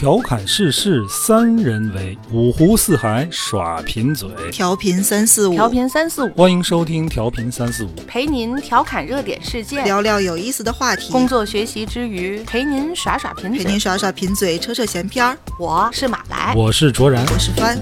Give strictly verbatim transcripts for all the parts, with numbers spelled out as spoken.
调侃世事三人为，五湖四海耍贫嘴。 调频三四五， 调频三四五， 欢迎收听调频三四五， 陪您调侃热点事件， 聊聊有意思的话题， 工作学习之余陪您耍耍贫嘴， 陪您耍耍贫嘴，扯扯闲篇儿。 我是马来， 我是卓然， 我是帆。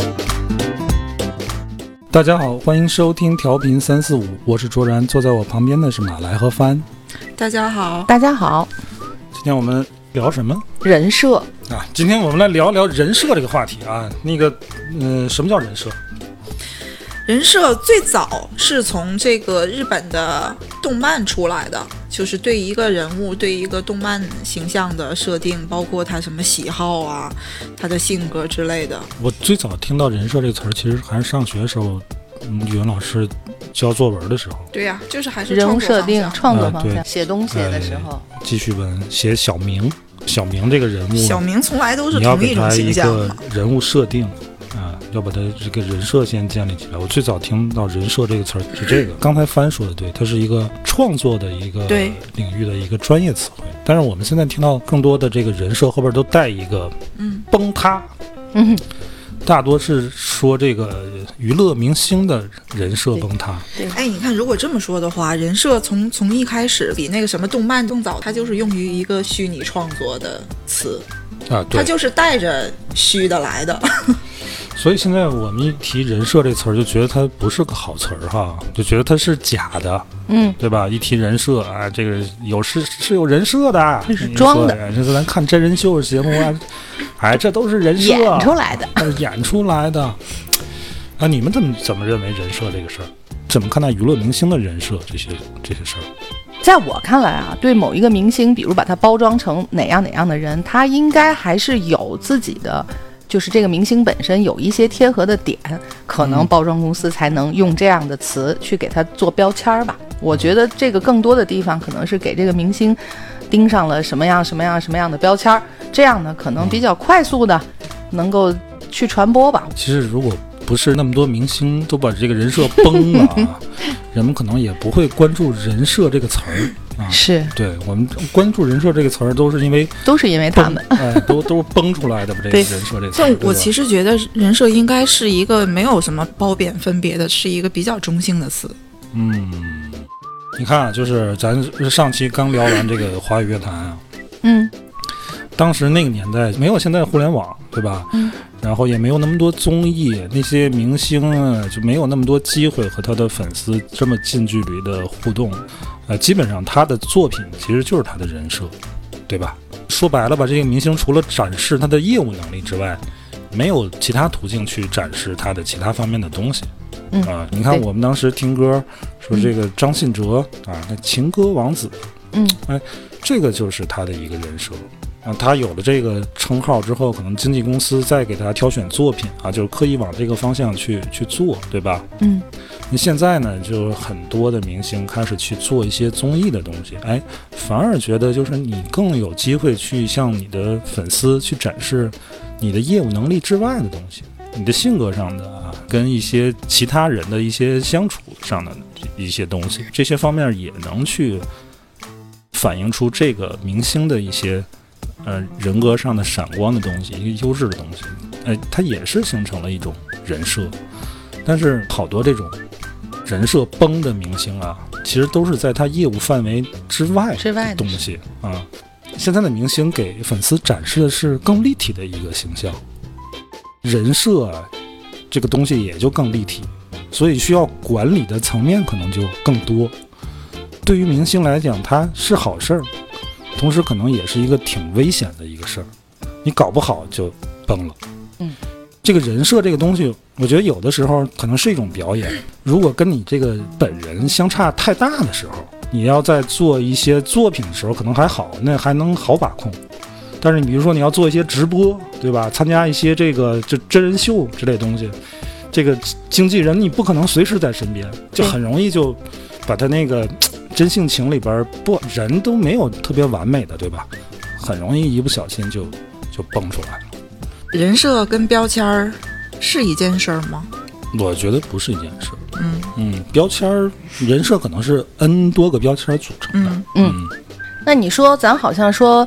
大家好，欢迎收听调频三四五，我是卓然，坐在我旁边的是马来和帆。 大家好， 大家好。 今天我们聊什么？ 人设啊，今天我们来聊聊人设这个话题啊。那个，嗯、呃，什么叫人设？ 人设最早是从这个日本的动漫出来的，就是对一个人物、对一个动漫形象的设定，包括他什么喜好啊、他的性格之类的。 我最早听到人设这个词儿，其实还是上学的时候，嗯，语文老师教作文的时候。 对呀、啊，就是还是人物设定、创作方向、 呃、 写东西的时候， 呃、记叙文写小明，小明这个人物， 小明从来都是同一种形象嘛。 你要给他一个人物设定。啊，要把它这个人设先建立起来。我最早听到人设这个词儿是这个，刚才帆说的对，它是一个创作的一个领域的一个专业词汇。但是我们现在听到更多的这个人设后边都带一个崩塌， 嗯， 大多是说这个娱乐明星的人设崩塌。 对，哎，你看，如果这么说的话，人设从从一开始比那个什么动漫更早，它就是用于一个虚拟创作的词啊，对， 它就是带着虚的来的。 所以现在我们一提人设这词儿，就觉得它不是个好词儿哈，就觉得它是假的， 嗯， 对吧？一提人设啊，这个有是是有人设的， 这是装的。 这是咱看真人秀节目啊，哎，这都是人设演出来的， 演出来的。啊，你们怎么怎么认为人设这个事儿？怎么看待娱乐明星的人设这些这些事儿？ 在我看来啊，对某一个明星，比如把他包装成哪样哪样的人，他应该还是有自己的。就是这个明星本身有一些贴合的点，可能包装公司才能用这样的词去给他做标签吧。我觉得这个更多的地方可能是给这个明星盯上了什么样什么样什么样的标签，这样呢可能比较快速的能够去传播吧。 其实如果不是那么多明星都把这个人设崩了啊，人们可能也不会关注人设这个词儿。啊、 是对我们关注人设这个词儿，都是因为都是因为他们， 哎，都都是崩出来的吧？这个人设这个词儿。 我其实觉得人设应该是一个没有什么褒贬分别的，是一个比较中性的词。 嗯，你看啊，就是咱上期刚聊完这个华语乐坛啊， 嗯， 当时那个年代没有现在互联网，对吧？ 嗯。 然后也没有那么多综艺，那些明星啊就没有那么多机会和他的粉丝这么近距离的互动，呃，基本上他的作品其实就是他的人设，对吧？说白了吧，这个明星除了展示他的业务能力之外，没有其他途径去展示他的其他方面的东西。 嗯啊、呃，你看我们当时听歌说这个张信哲啊，那情歌王子， 嗯， 哎，这个就是他的一个人设。啊，他有了这个称号之后，可能经纪公司再给他挑选作品啊，就是刻意往这个方向去去做，对吧？ 嗯， 你现在呢，就很多的明星开始去做一些综艺的东西，哎，反而觉得就是你更有机会去向你的粉丝去展示你的业务能力之外的东西，你的性格上的啊，跟一些其他人的一些相处上的一些东西，这些方面也能去反映出这个明星的一些。呃，人格上的闪光的东西，一个优质的东西，呃，它也是形成了一种人设。但是好多这种人设崩的明星啊，其实都是在他业务范围之外的东西啊。现在的明星给粉丝展示的是更立体的一个形象，人设啊，这个东西也就更立体，所以需要管理的层面可能就更多。对于明星来讲，它是好事儿。同时可能也是一个挺危险的一个事儿，你搞不好就崩了。 嗯， 这个人设这个东西，我觉得有的时候可能是一种表演，如果跟你这个本人相差太大的时候，你要在做一些作品的时候可能还好，那还能好把控。但是你比如说你要做一些直播，对吧？参加一些这个就真人秀之类东西，这个经纪人你不可能随时在身边，就很容易就把他那个真性情里边不人都没有特别完美的，对吧？很容易一不小心就就蹦出来了。 人设跟标签是一件事儿吗？ 我觉得不是一件事。 嗯嗯，标签人设可能是 N 多个标签组成的。 嗯嗯，那你说咱好像说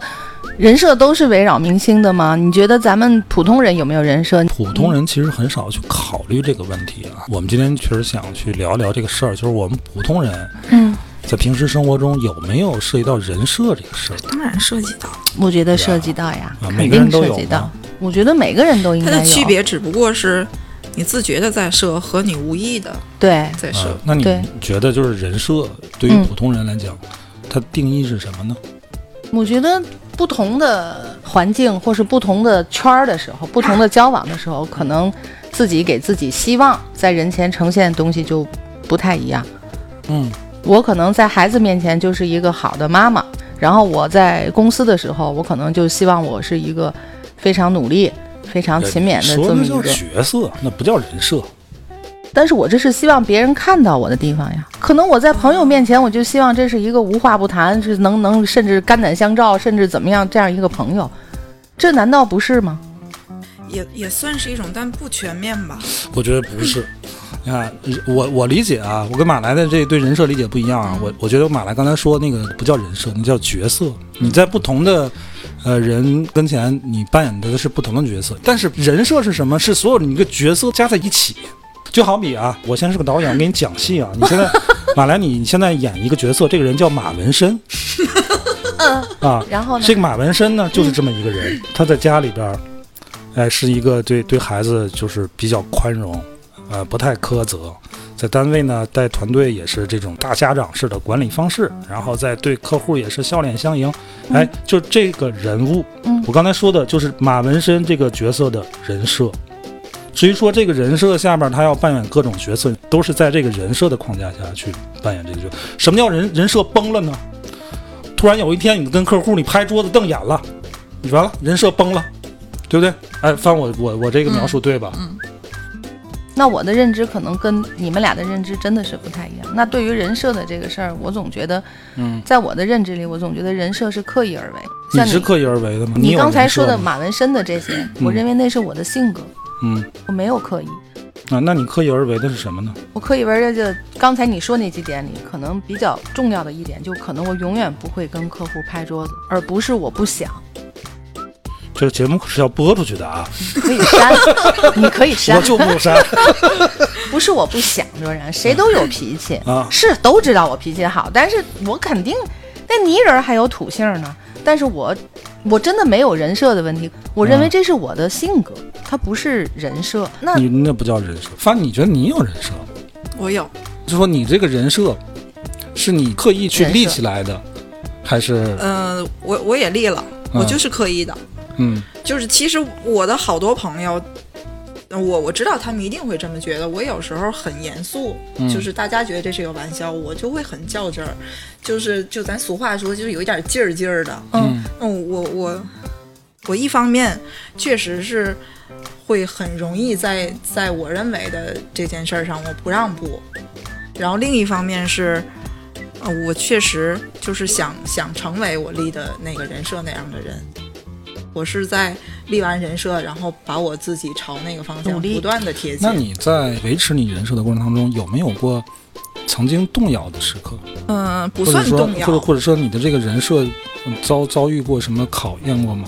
人设都是围绕明星的吗？你觉得咱们普通人有没有人设？ 普通人其实很少去考虑这个问题啊。我们今天确实想去聊聊这个事儿，就是我们普通人， 嗯， 在平时生活中有没有涉及到人设这个事儿？ 当然涉及到， 我觉得涉及到呀， 啊、 肯定涉及到。我觉得每个人都应该有。 它的区别只不过是你自觉的在设和你无意的对在设、 啊。那你觉得就是人设对于普通人来讲，嗯、它定义是什么呢？ 我觉得不同的环境或是不同的圈儿的时候，不同的交往的时候，可能自己给自己希望在人前呈现的东西就不太一样。 嗯， 我可能在孩子面前就是一个好的妈妈，然后我在公司的时候，我可能就希望我是一个非常努力、非常勤勉的这么一个。 说的叫角色，那不叫人设。 但是我这是希望别人看到我的地方呀。可能我在朋友面前，我就希望这是一个无话不谈，是能能甚至肝胆相照，甚至怎么样这样一个朋友，这难道不是吗？ 也也算是一种，但不全面吧。 我觉得不是。你看，我我理解啊，我跟马来的这对人设理解不一样啊。我我觉得马来刚才说那个不叫人设，那叫角色。你在不同的呃人跟前，你扮演的是不同的角色。但是人设是什么？是所有的一个角色加在一起。就好比啊，我现在是个导演，我给你讲戏啊。你现在马来，你现在演一个角色，这个人叫马文生。 嗯啊， 然后呢？ 这个马文生呢，就是这么一个人。嗯、他在家里边，哎，是一个对对孩子就是比较宽容，呃，不太苛责。在单位呢，带团队也是这种大家长式的管理方式，然后在对客户也是笑脸相迎。嗯、哎，就这个人物， 嗯， 我刚才说的就是马文生这个角色的人设。至于说这个人设下边他要扮演各种角色，都是在这个人设的框架下去扮演这个角色。什么叫人人设崩了呢？突然有一天你跟客户你拍桌子瞪眼了，你完了，人设崩了，对不对？哎，翻我我我这个描述对吧？ 嗯。那我的认知可能跟你们俩的认知真的是不太一样。那对于人设的这个事儿，我总觉得，嗯，在我的认知里，我总觉得人设是刻意而为。 你是刻意而为的吗？ 你刚才说的马文生的这些，嗯、我认为那是我的性格。 嗯， 我没有刻意啊。那你刻意而为的是什么呢？ 我刻意而为的，刚才你说那几点里，可能比较重要的一点，就可能我永远不会跟客户拍桌子，而不是我不想。 这个节目可是要播出去的啊！ 你可以删，你可以删， 我就不删。 不是我不想，卓然，谁都有脾气啊， 是都知道我脾气好，但是我肯定那泥人还有土性呢。但是我我真的没有人设的问题，我认为这是我的性格，嗯、它不是人设。那你那不叫人设，反正你觉得你有人设？ 我有， 就说你这个人设是你刻意去立起来的，还是？ 呃，我我也立了，我就是刻意的。 嗯， 就是其实我的好多朋友。我我知道他们一定会这么觉得，我有时候很严肃、嗯、就是大家觉得这是个玩笑，我就会很较真儿，就是就咱俗话说就是有一点劲儿劲儿的。 嗯嗯，我我我一方面确实是会很容易在在我认为的这件事上我不让步，然后另一方面是呃我确实就是想想成为我立的那个人设那样的人，我是在立完人设，然后把我自己朝那个方向不断的贴近。 那你在维持你人设的过程当中，有没有过曾经动摇的时刻？ 嗯、呃，不算动摇， 或者或者说你的这个人设遭遭遇过什么考验过吗？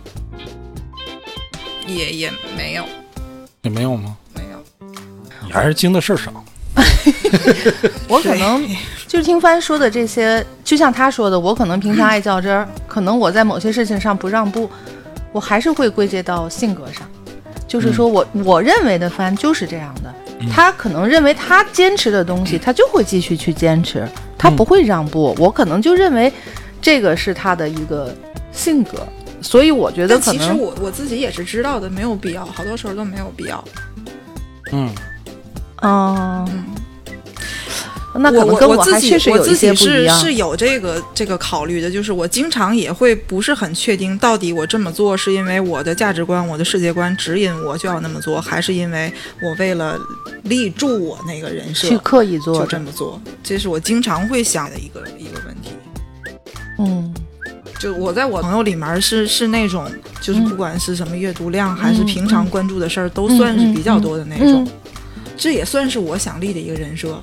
也也没有， 也没有吗？ 没有， 你还是经的事儿少。 我可能就是听帆说的这些，就像他说的，我可能平常爱较真儿，可能我在某些事情上不让步，我还是会归结到性格上，就是说我、嗯、我认为的帆就是这样的、嗯、他可能认为他坚持的东西他就会继续去坚持，他不会让步、嗯、我可能就认为这个是他的一个性格，所以我觉得可能其实我我自己也是知道的，没有必要，好多时候都没有必要。 嗯嗯，那可能跟我还确实有一些不一样。 我自己是是有这个这个考虑的，就是我经常也会不是很确定，到底我这么做是因为我的价值观、我的世界观指引我就要那么做，还是因为我为了立住我那个人设去刻意做就这么做？这是我经常会想的一个一个问题。 嗯。 就我在我朋友里面是是那种，就是不管是什么阅读量、嗯、还是平常关注的事儿、嗯、都算是比较多的那种、嗯嗯嗯、这也算是我想立的一个人设。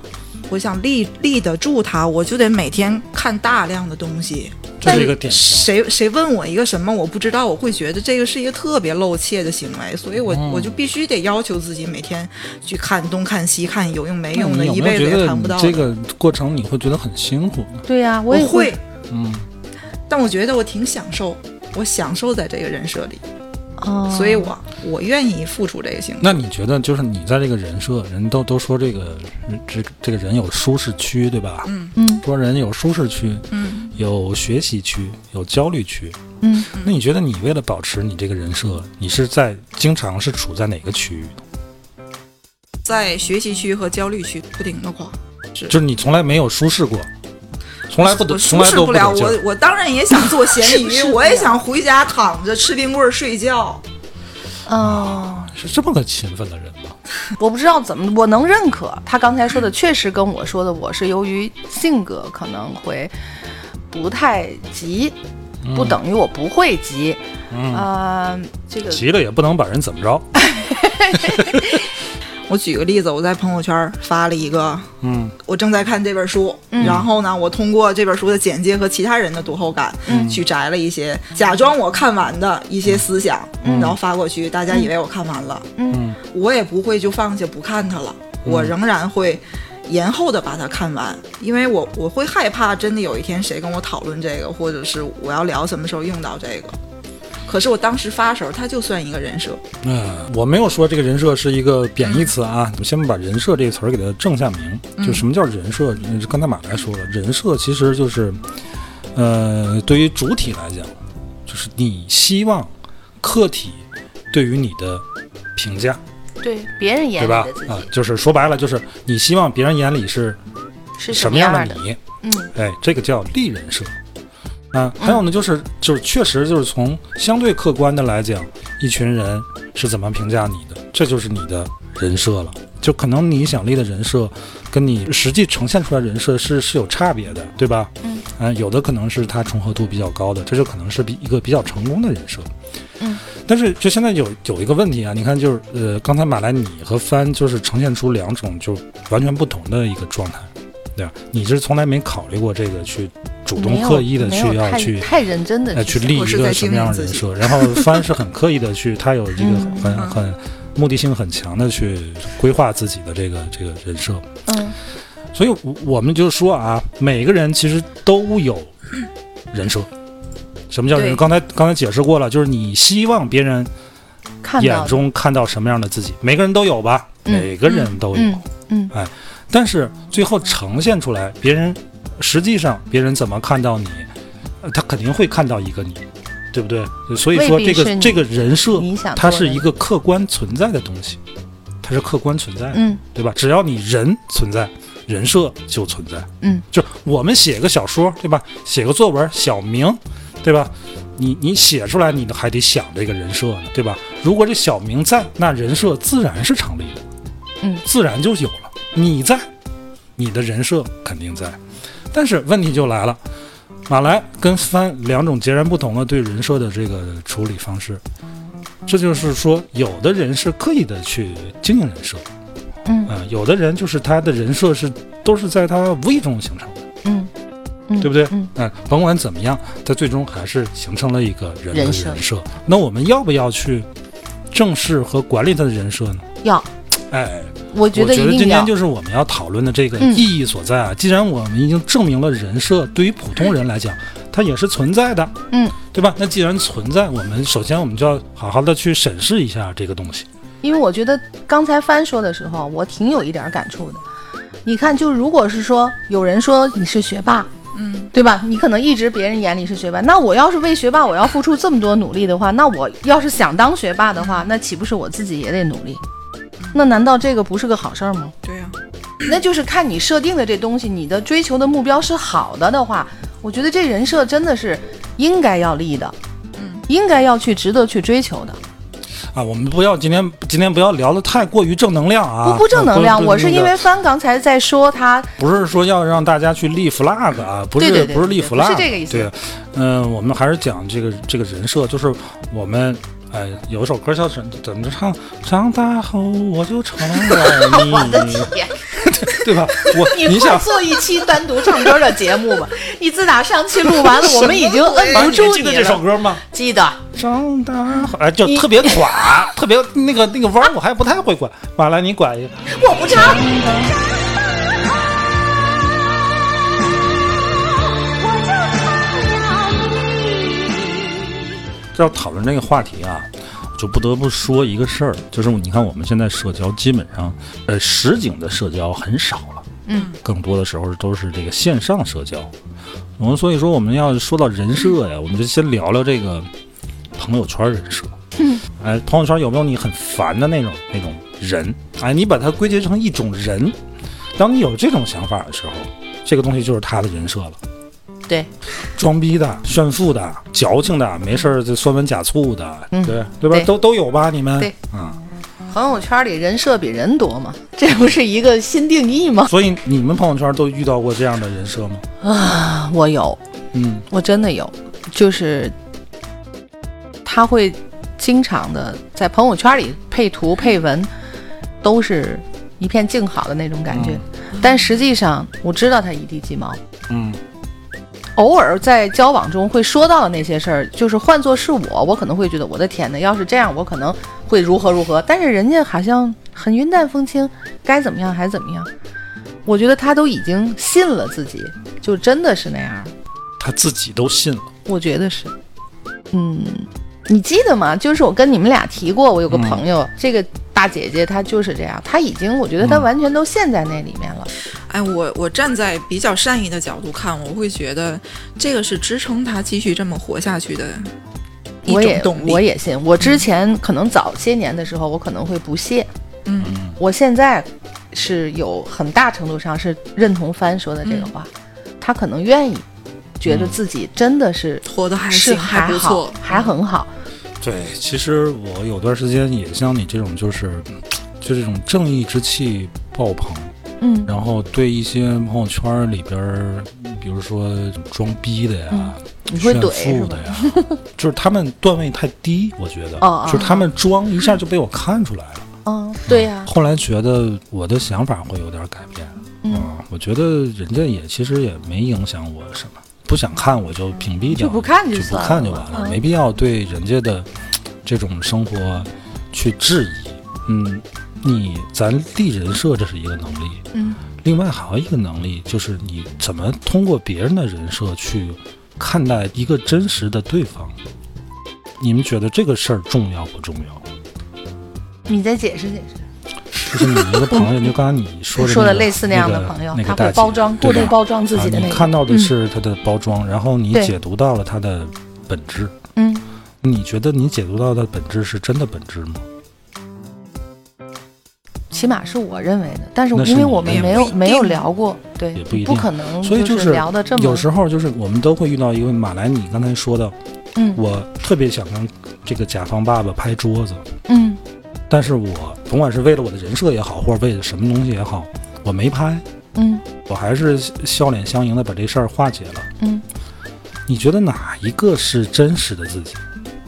我想立立得住它，我就得每天看大量的东西。 这是一个典型。 谁谁问我一个什么我不知道，我会觉得这个是一个特别露怯的行为，所以我、嗯、我就必须得要求自己每天去看东看西，看有用没用的，一辈子也看不到的。 这个过程你会觉得很辛苦吗？ 对呀、啊，我也会， 嗯， 但我觉得我挺享受，我享受在这个人设里。 哦， 所以我我愿意付出这个行为。 那你觉得就是你在这个人设，人都都说这个这这个人有舒适区，对吧？ 嗯嗯， 说人有舒适区， 嗯， 有学习区，有焦虑区， 嗯， 那你觉得你为了保持你这个人设，你是在经常是处在哪个区域？ 在学习区和焦虑区不停的跨，是就是你从来没有舒适过。从来不得， 我舒适不了。我我当然也想做咸鱼，我也想回家躺着吃冰棍睡觉。 哦， 是这么个勤奋的人吗？ 我不知道怎么，我能认可他刚才说的，确实跟我说的，我是由于性格可能会不太急， 嗯、 不等于我不会急。 嗯啊、呃，这个急了也不能把人怎么着。 我举个例子，我在朋友圈发了一个， 嗯， 我正在看这本书， 嗯、 然后呢，我通过这本书的简介和其他人的读后感， 嗯、 去摘了一些假装我看完的一些思想， 嗯、 然后发过去，大家以为我看完了， 嗯， 我也不会就放下不看它了，嗯、我仍然会延后的把它看完，因为我我会害怕真的有一天谁跟我讨论这个，或者是我要聊什么时候用到这个。可是我当时发的时候，它就算一个人设。 嗯、呃，我没有说这个人设是一个贬义词啊。我、嗯、先把人设这个词儿给它正下名。就什么叫人设？嗯、刚才马来说了，人设其实就是，呃，对于主体来讲，就是你希望客体对于你的评价， 对别人眼里的自己， 对吧？啊，就是说白了，就是你希望别人眼里是是什么样的你。 嗯， 哎，这个叫立人设。啊，还有呢，就是就是确实就是从相对客观的来讲，一群人是怎么评价你的，这就是你的人设了。就可能你想立的人设，跟你实际呈现出来的人设是是有差别的，对吧？ 嗯， 啊，有的可能是它重合度比较高的，这就可能是比一个比较成功的人设。 嗯， 但是就现在有有一个问题啊，你看就是呃，刚才马来你和帆就是呈现出两种就完全不同的一个状态。对吧？你是从来没考虑过这个，去主动刻意的去要去太认真的、 呃、去立一个什么样的人设，然后帆是很刻意的去，他有这个很、嗯、很目的性很强的去规划自己的这个这个人设。 嗯， 所以我们就说啊，每个人其实都有人设。什么叫人设？刚才刚才解释过了，就是你希望别人眼中看到什么样的自己，每个人都有吧？ 嗯、 每个人都有。 嗯，嗯哎。但是最后呈现出来，别人实际上别人怎么看到你，呃、他肯定会看到一个你，对不对？所以说这个这个人设，它是一个客观存在的东西，它是客观存在的， 嗯， 对吧？只要你人存在，人设就存在， 嗯， 就我们写个小说，对吧？写个作文，小明，对吧？你你写出来，你还得想这个人设呢，对吧？如果这小明在，那人设自然是成立的， 嗯， 自然就有了。你在，你的人设肯定在，但是问题就来了，马来跟帆两种截然不同的对人设的这个处理方式，这就是说，有的人是刻意的去经营人设， 嗯、 呃，有的人就是他的人设是都是在他无意中形成的， 嗯，嗯对不对？ 嗯、 呃，甭管怎么样，他最终还是形成了一个人的人设。 人设那我们要不要去正视和管理他的人设呢？ 要， 哎。 我觉得一定要。 我觉得今天就是我们要讨论的这个意义所在啊！嗯、既然我们已经证明了人设对于普通人来讲，它也是存在的， 嗯， 对吧？那既然存在，我们首先我们就要好好的去审视一下这个东西。 因为我觉得刚才帆说的时候，我挺有一点感触的。你看，就如果是说有人说你是学霸， 嗯， 对吧？你可能一直别人眼里是学霸，那我要是为学霸我要付出这么多努力的话，那我要是想当学霸的话，那岂不是我自己也得努力？那难道这个不是个好事儿吗？ 对呀、啊， 那就是看你设定的这东西，你的追求的目标是好的的话，我觉得这人设真的是应该要立的， 嗯， 应该要去值得去追求的。 啊，我们不要今天今天不要聊得太过于正能量啊！ 不不正能量，我是因为帆刚才在说他不是说要让大家去立 flag 啊，不是对对对不是立 flag， 不是这个意思。 对，嗯、呃，我们还是讲这个这个人设，就是我们。哎，有一首歌叫怎怎么唱？长大后我就成了你。 我的天！ 对吧？我你你想做一期单独唱歌的节目吧？你自打上期录完了，我们已经摁不住你记得这首歌吗？ 记得。 长大后，哎，就特别垮，特别那个那个弯，我还不太会拐。马来，你拐一个。 我不唱。 要讨论这个话题啊，就不得不说一个事儿，就是你看我们现在社交基本上，呃，实景的社交很少了， 嗯， 更多的时候都是这个线上社交。我们所以说我们要说到人设呀，我们就先聊聊这个朋友圈人设。嗯，哎，朋友圈有没有你很烦的那种那种人？哎，你把它归结成一种人，当你有这种想法的时候，这个东西就是他的人设了。 对， 装逼的、炫富的、矫情的，没事就酸文假醋的， 嗯、 对对吧？ 对都都有吧？你们对， 嗯， 朋友圈里人设比人多嘛，这不是一个新定义吗？ 所以你们朋友圈都遇到过这样的人设吗？ 啊，我有， 嗯， 我真的有，就是他会经常的在朋友圈里配图配文，都是一片静好的那种感觉，嗯、但实际上我知道他一地鸡毛， 嗯。 偶尔在交往中会说到的那些事儿，就是换作是我，我可能会觉得我的天哪，要是这样，我可能会如何如何。但是人家好像很云淡风轻，该怎么样还怎么样。我觉得他都已经信了自己，就真的是那样。 他自己都信了， 我觉得是。嗯，你记得吗？就是我跟你们俩提过，我有个朋友，嗯、这个大姐姐她就是这样，她已经，我觉得她完全都陷在那里面了。嗯哎，我我站在比较善意的角度看，我会觉得这个是支撑他继续这么活下去的一种动力。 我也我也信。我之前可能早些年的时候，我可能会不屑。 嗯， 我现在是有很大程度上是认同帆说的这个话，嗯、他可能愿意觉得自己真的是活得还行， 还不错， 还很好。 对，其实我有段时间也像你这种，就是就这种正义之气爆棚。 嗯， 然后对一些朋友圈里边，比如说装逼的呀、 嗯、你会怼炫富的呀，就是他们段位太低，我觉得， 哦、 就是他们装一下就被我看出来了。 嗯，对呀、啊。 后来觉得我的想法会有点改变， 嗯， 嗯我觉得人家也其实也没影响我什么，不想看我就屏蔽掉， 就不看就就不看就完了， 嗯、 没必要对人家的这种生活去质疑，嗯。你咱立人设这是一个能力， 嗯， 另外还有一个能力就是你怎么通过别人的人设去看待一个真实的对方。你们觉得这个事儿重要不重要？ 你再解释解释。就是你一个朋友，就刚才你说的、那个、 说的类似那样的朋友， 那个、 他会包装过度包装自己的那个、 啊、你看到的是他的包装、嗯、然后你解读到了他的本质。 嗯， 你觉得你解读到的本质是真的本质吗？ 起码是我认为的，但是因为我们没有没有聊过，对， 也不一定， 不可能， 所以就是聊的这么。 有时候就是我们都会遇到一个马来，你刚才说的， 嗯， 我特别想跟这个甲方爸爸拍桌子， 嗯， 但是我甭管是为了我的人设也好，或者为了什么东西也好，我没拍， 嗯， 我还是笑脸相迎的把这事儿化解了， 嗯， 你觉得哪一个是真实的自己？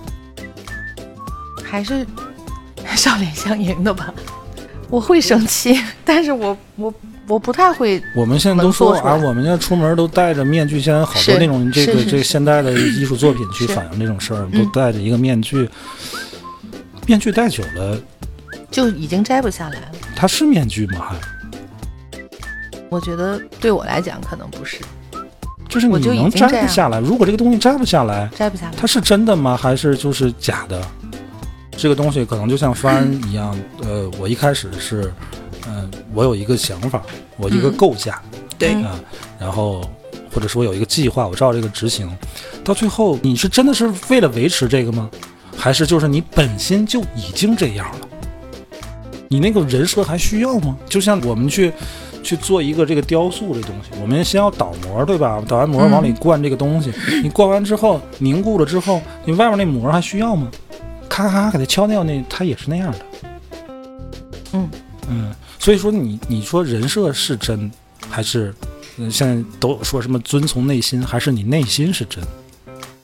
还是笑脸相迎的吧？我会生气，但是我我我不太会。 我们现在都说啊，我们要出门都戴着面具，现在好多那种这个这个现代的艺术作品去反映这种事儿，都戴着一个面具，嗯、面具戴久了就已经摘不下来了。 它是面具吗？还？ 我觉得对我来讲可能不是， 就是你能摘不下来。如果这个东西摘不下来， 摘不下来， 它是真的吗？还是就是假的？这个东西可能就像帆一样，呃，我一开始是，呃，我有一个想法，我一个构架， 嗯、对啊、呃，然后或者说有一个计划，我照这个执行，到最后你是真的是为了维持这个吗？还是就是你本心就已经这样了？你那个人设还需要吗？就像我们去去做一个这个雕塑的东西，我们先要倒模，对吧？倒完模往里灌这个东西，嗯、你灌完之后凝固了之后，你外面那膜还需要吗？咔咔给它敲掉，那它也是那样的。 嗯嗯，所以说你你说人设是真还是、呃、现在都有说什么遵从内心，还是你内心是真？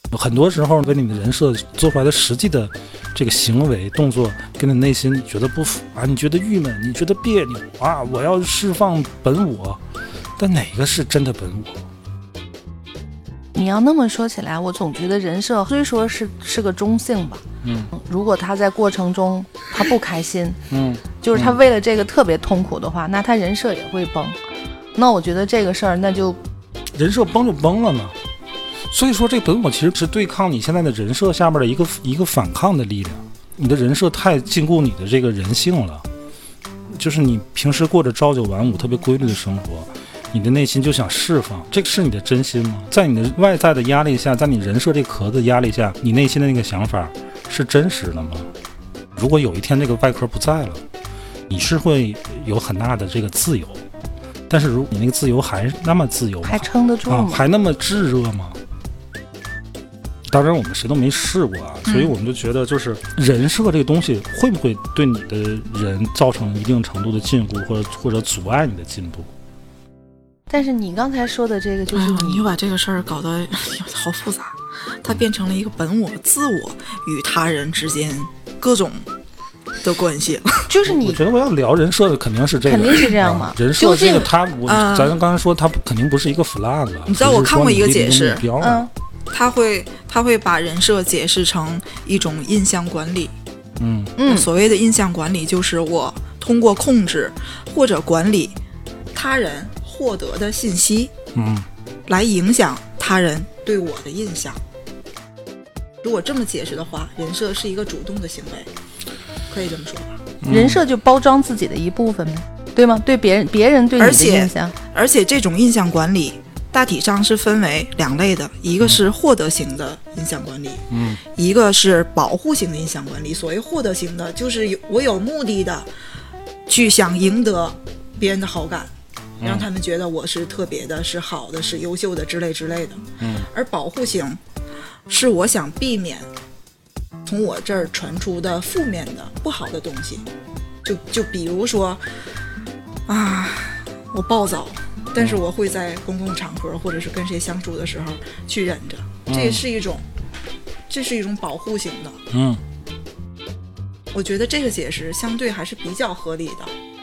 很多时候跟你的人设做出来的实际的这个行为动作跟你内心你觉得不符啊，你觉得郁闷，你觉得别扭啊，我要释放本我，但哪个是真的本我？ 你要那么说起来，我总觉得人设虽说是是个中性吧， 嗯， 如果他在过程中他不开心， 嗯， 就是他为了这个特别痛苦的话，那他人设也会崩。那我觉得这个事儿，那就人设崩就崩了嘛。所以说，这本我其实是对抗你现在的人设下面的一个一个反抗的力量。你的人设太禁锢你的这个人性了，就是你平时过着朝九晚五特别规律的生活，你的内心就想释放，这个是你的真心吗？在你的外在的压力下，在你人设这壳子压力下，你内心的那个想法是真实的吗？如果有一天这个外壳不在了，你是会有很大的这个自由，但是如果你那个自由还是那么自由吗？ 还撑得住吗？ 啊、还那么炙热吗？当然我们谁都没试过啊，所以我们就觉得就是人设这个东西会不会对你的人造成一定程度的禁锢，或者或者阻碍你的进步。 但是你刚才说的这个就是你、 哎、你又把这个事儿搞得好复杂，它变成了一个本我自我与他人之间各种的关系。 就是你我觉得我要聊人设的肯定是这个， 肯定是这样嘛、 啊、人设这个它我、 呃、 咱刚才说它肯定不是一个 flag， 你知道我看过一个解释， 嗯， 他会他会把人设解释成一种印象管理。 嗯嗯，所谓的印象管理就是我通过控制或者管理他人获得的信息， 嗯， 来影响他人对我的印象。如果这么解释的话，人设是一个主动的行为，可以这么说吧？ 人设就包装自己的一部分呗，对吗？对别人，别人对你的印象， 而且而且这种印象管理大体上是分为两类的，一个是获得型的印象管理， 嗯， 一个是保护型的印象管理。所谓获得型的，就是有我有目的的去想赢得别人的好感，让他们觉得我是特别的，是好的，是优秀的之类之类的。 嗯，而保护型是我想避免从我这儿传出的负面的不好的东西，就就比如说啊，我暴躁，但是我会在公共场合或者是跟谁相处的时候去忍着，这也是一种，这是一种保护型的。 嗯， 我觉得这个解释相对还是比较合理的。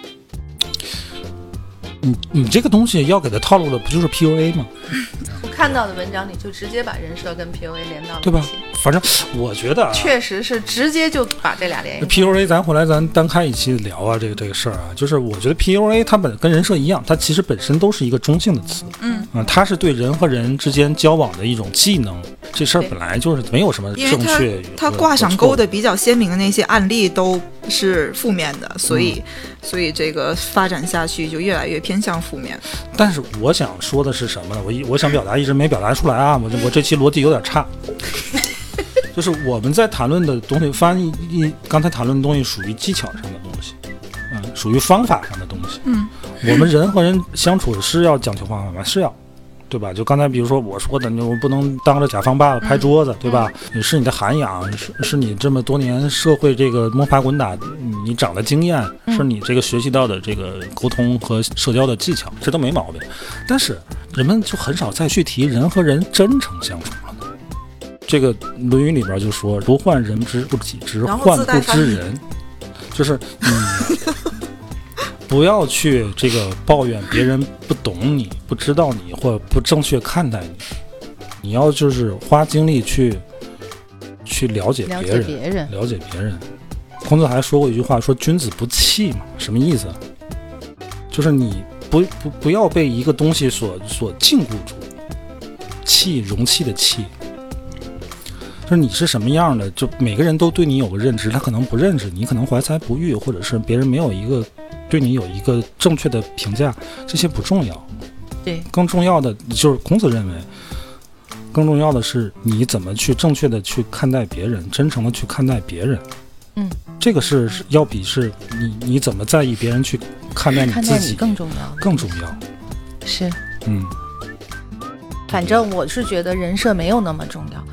你你这个东西要给它套路的不就是 P U A 吗？ 我看到的文章里就直接把人设跟 P U A 连到了一起， 对吧？反正我觉得、啊、 确实是直接就把这俩连一起。 P U A 咱回来咱单开一期聊啊，这个这个事儿啊，就是我觉得 P U A 它本跟人设一样，它其实本身都是一个中性的词， 嗯啊、呃，它是对人和人之间交往的一种技能。这事儿本来就是没有什么正确， 它挂上钩的比较鲜明的那些案例都是负面的，所以、嗯、所以这个发展下去就越来越偏向负面。 但是我想说的是什么呢？我一我想表达一直没表达出来啊，我我这期逻辑有点差。就是我们在谈论的东西，翻译一刚才谈论的东西属于技巧上的东西，嗯，属于方法上的东西。 嗯， 我们人和人相处是要讲究方法吗？是要。对吧？就刚才比如说我说的，我不能当着甲方爸爸拍桌子，嗯、对吧？也是你的涵养，是是你这么多年社会这个摸爬滚打，你长的经验，是你这个学习到的这个沟通和社交的技巧，这都没毛病。但是人们就很少再去提人和人真诚相处了呢。这个《论语》里边就说：“不患人之不己知，患不知人。”就是你。不要去这个抱怨别人不懂你、不知道你或者不正确看待你，你要就是花精力去去了解别人，了解别人。了解别人。孔子还说过一句话，说君子不器嘛，什么意思？就是你不不不要被一个东西所所禁锢住，器容器的器。就是你是什么样的，就每个人都对你有个认知，他可能不认识你，可能怀才不遇，或者是别人没有一个对你有一个正确的评价，这些不重要。 对， 更重要的就是孔子认为，更重要的是你怎么去正确的去看待别人，真诚的去看待别人。 嗯， 这个是要比是你你怎么在意别人去看待你自己更重要， 更重要。 是， 嗯， 反正我是觉得人设没有那么重要。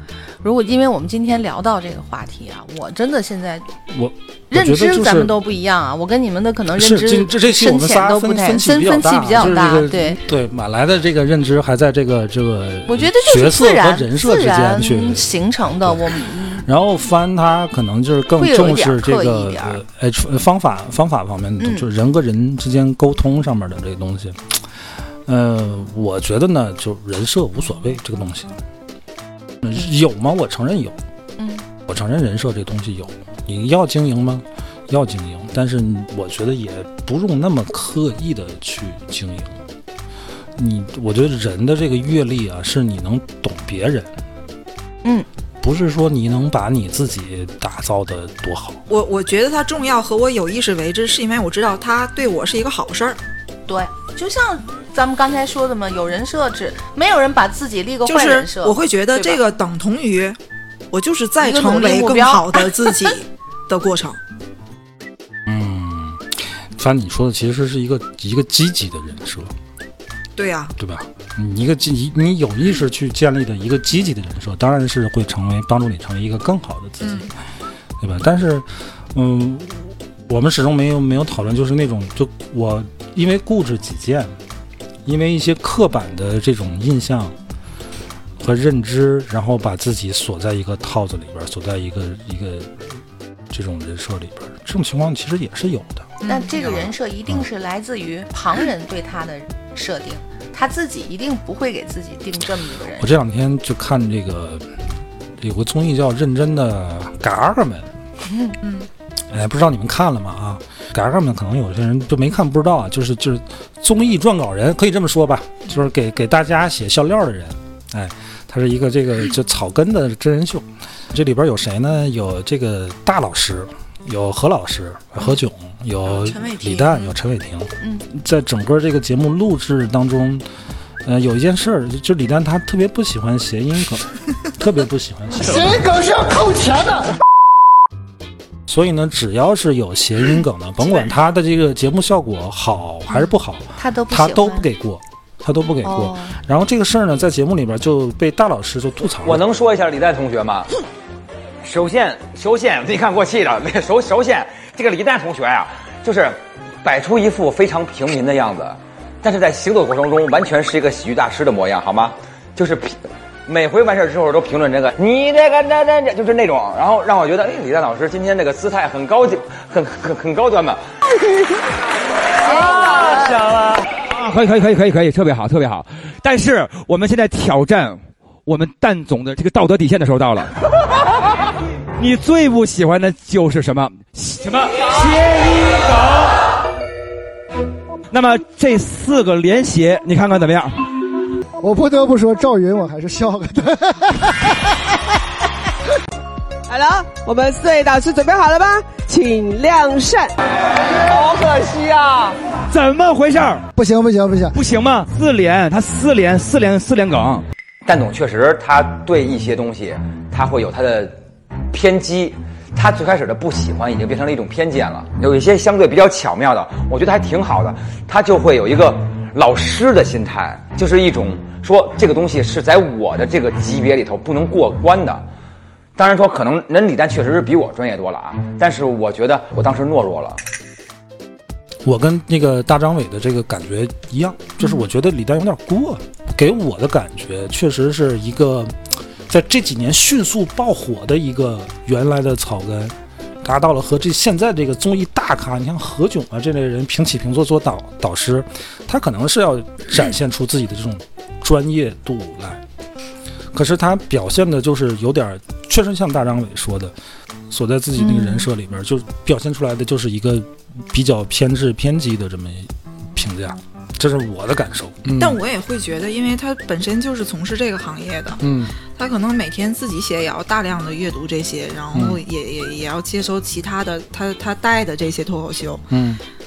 如果因为我们今天聊到这个话题啊，我真的现在我认知咱们都不一样啊，我跟你们的可能认知这这深浅都不太分分分歧比较大， 就是这个、 对对，马来的这个认知还在这个这个我觉得就是自然角色和人设之间去形成的。我们然后帆他可能就是更重视这个呃方法方法方面的，嗯、就是人和人之间沟通上面的这个东西。呃，我觉得呢，就人设无所谓这个东西。有吗？我承认有， 嗯，我承认人设这东西有，你要经营吗？要经营，但是我觉得也不用那么刻意的去经营。你，我觉得人的这个阅历啊，是你能懂别人， 嗯， 不是说你能把你自己打造的多好。 我我觉得它重要和我有意识为之，是因为我知道它对我是一个好事儿。 对，就像咱们刚才说的嘛，有人设只没有人把自己立个坏人设， 就是我会觉得这个等同于我就是在成为更好的自己的过程。 嗯，反正你说的其实是一个一个积极的人设。 对呀、啊， 对吧？你一个积，你有意识去建立的一个积极的人设，当然是会成为帮助你成为一个更好的自己，嗯、对吧？但是，嗯，我们始终没有没有讨论，就是那种就我因为固执己见，因为一些刻板的这种印象和认知，然后把自己锁在一个套子里边，锁在一个一个这种人设里边，这种情况其实也是有的。 但这个人设一定是来自于旁人对他的设定，他自己一定不会给自己定这么一个人。 我这两天就看这个有个综艺叫《认真的嘎嘎们》， 嗯嗯， 哎，不知道你们看了吗？啊，嘎嘎们可能有些人就没看，不知道啊，就是就是综艺撰稿人，可以这么说吧，就是给给大家写笑料的人，哎，他是一个这个就草根的真人秀，这里边有谁呢？有这个大老师。有何老师、何炅，有李诞，有陈伟霆。 嗯， 在整个这个节目录制当中，呃，有一件事儿，就李诞他特别不喜欢谐音梗，特别不喜欢谐音梗是要扣钱的。 所以呢，只要是有谐音梗的，甭管他的这个节目效果好还是不好， 他都不他都不给过，他都不给过。 哦、 然后这个事儿呢，在节目里边就被大老师就吐槽了。 我能说一下李诞同学吗？首先，首先，你看过气的。首首先，这个李诞同学呀、啊，就是摆出一副非常平民的样子，但是在行走过程中完全是一个喜剧大师的模样，好吗？就是每回完事之后都评论这个你这个那那那，就是那种，然后让我觉得，哎，李诞老师今天这个姿态很高级，很很很高端嘛。 啊，想了啊，可以可以可以可以可以，特别好特别好。但是我们现在挑战我们蛋总的这个道德底线的时候到了。你最不喜欢的就是什么？什么谐音梗？那么这四个连谐，你看看怎么样？ 我不得不说，赵云我还是笑了的。 好了，我们四位导师准备好了吗？请亮扇。 好可惜啊！ 怎么回事？ 不行不行不行不行吗？四连，他四连四连四连梗。 蛋总确实，他对一些东西，他会有他的偏激，他最开始的不喜欢已经变成了一种偏见了。有一些相对比较巧妙的，我觉得还挺好的，他就会有一个老师的心态，就是一种说这个东西是在我的这个级别里头不能过关的。当然说可能人李诞确实是比我专业多了啊，但是我觉得我当时懦弱了。 我跟那个大张伟的这个感觉一样，就是我觉得李诞有点过，给我的感觉确实是一个在这几年迅速爆火的一个原来的草根，达到了和这现在这个综艺大咖，你像何炅啊这类人平起平坐做导导师，他可能是要展现出自己的这种专业度来，可是他表现的就是有点，确实像大张伟说的，锁在自己那个人设里边，嗯、就表现出来的就是一个比较偏执偏激的这么评价。这是我的感受、 嗯、但我也会觉得，因为他本身就是从事这个行业的， 嗯， 他可能每天自己写也要大量的阅读这些，然后也、嗯、也也要接收其他的他他带的这些脱口秀， 嗯，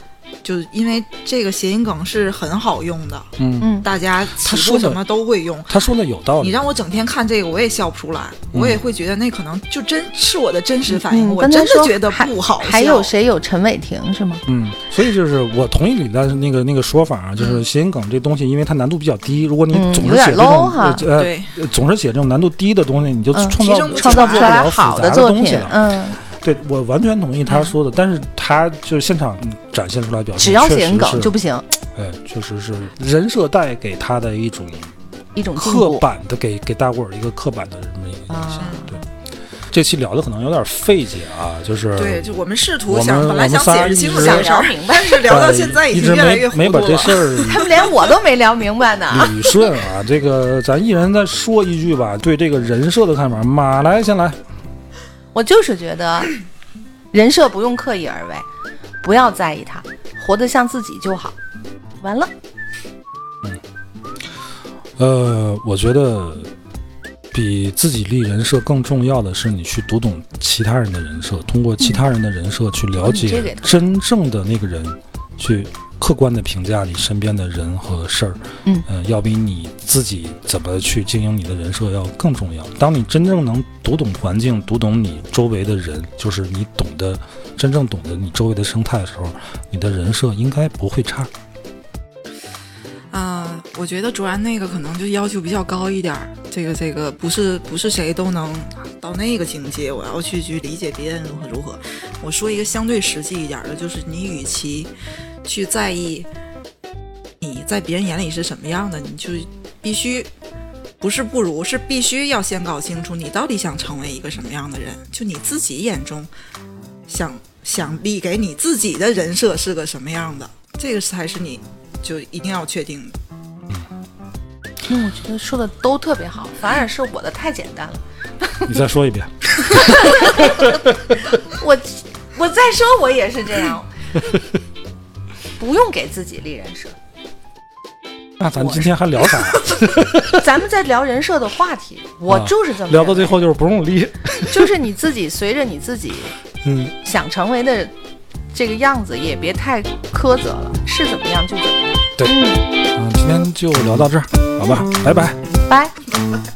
就是因为这个谐音梗是很好用的， 嗯嗯， 大家起步什么都会用。 他说的有道理。 你让我整天看这个，我也笑不出来，嗯、我也会觉得那可能就真是我的真实反应， 嗯、 我真的觉得不好笑。 还有谁有陈伟霆是吗？ 嗯，所以就是我同意李诞那个那个说法啊，就是谐音梗这东西，因为它难度比较低，如果你总是写这种、 嗯、 呃对总是写这种难度低的东西，你就创造、 嗯、创造不出来好的东西了。 嗯。 对，我完全同意他说的，嗯、但是他就是现场展现出来表现， 只要谐音梗就不行。 哎，确实是人设带给他的一种一种刻板的，给给大伙儿一个刻板的这么一个印象。啊、对，这期聊的可能有点费解啊，就是对，就我们试图想本来想解释清楚这事儿， 明白， 但是聊到现在已经越来越糊涂了。 没把这事儿， 他们连我都没聊明白呢。 捋顺啊，这个咱一人再说一句吧，对这个人设的看法。马来先来。 我就是觉得，人设不用刻意而为，不要在意它，活得像自己就好。完了。 嗯。呃，我觉得比自己立人设更重要的是，你去读懂其他人的人设，通过其他人的人设去了解真正的那个人，去客观的评价你身边的人和事儿。嗯，呃，要比你自己怎么去经营你的人设要更重要。当你真正能读懂环境，读懂你周围的人，就是你懂得真正懂得你周围的生态的时候，你的人设应该不会差。 啊、呃，我觉得卓然那个可能就要求比较高一点，这个这个不是不是谁都能到那个境界。我要去去理解别人如何如何。我说一个相对实际一点的，就是你与其去在意你在别人眼里是什么样的，你就必须不是不如，是必须要先搞清楚你到底想成为一个什么样的人，就你自己眼中想想立给你自己的人设是个什么样的，这个才是你就一定要确定的。 嗯，我觉得说的都特别好，反而是我的太简单了。 你再说一遍。 我我再说我也是这样，不用给自己立人设。 那咱今天还聊啥？ 咱们在聊人设的话题，我就是这么、啊、 聊到最后就是不用立， 就是你自己随着你自己嗯想成为的这个样子，也别太苛责了，是怎么样就怎么样。 对，嗯，嗯今天就聊到这儿，好吧，拜拜， 拜。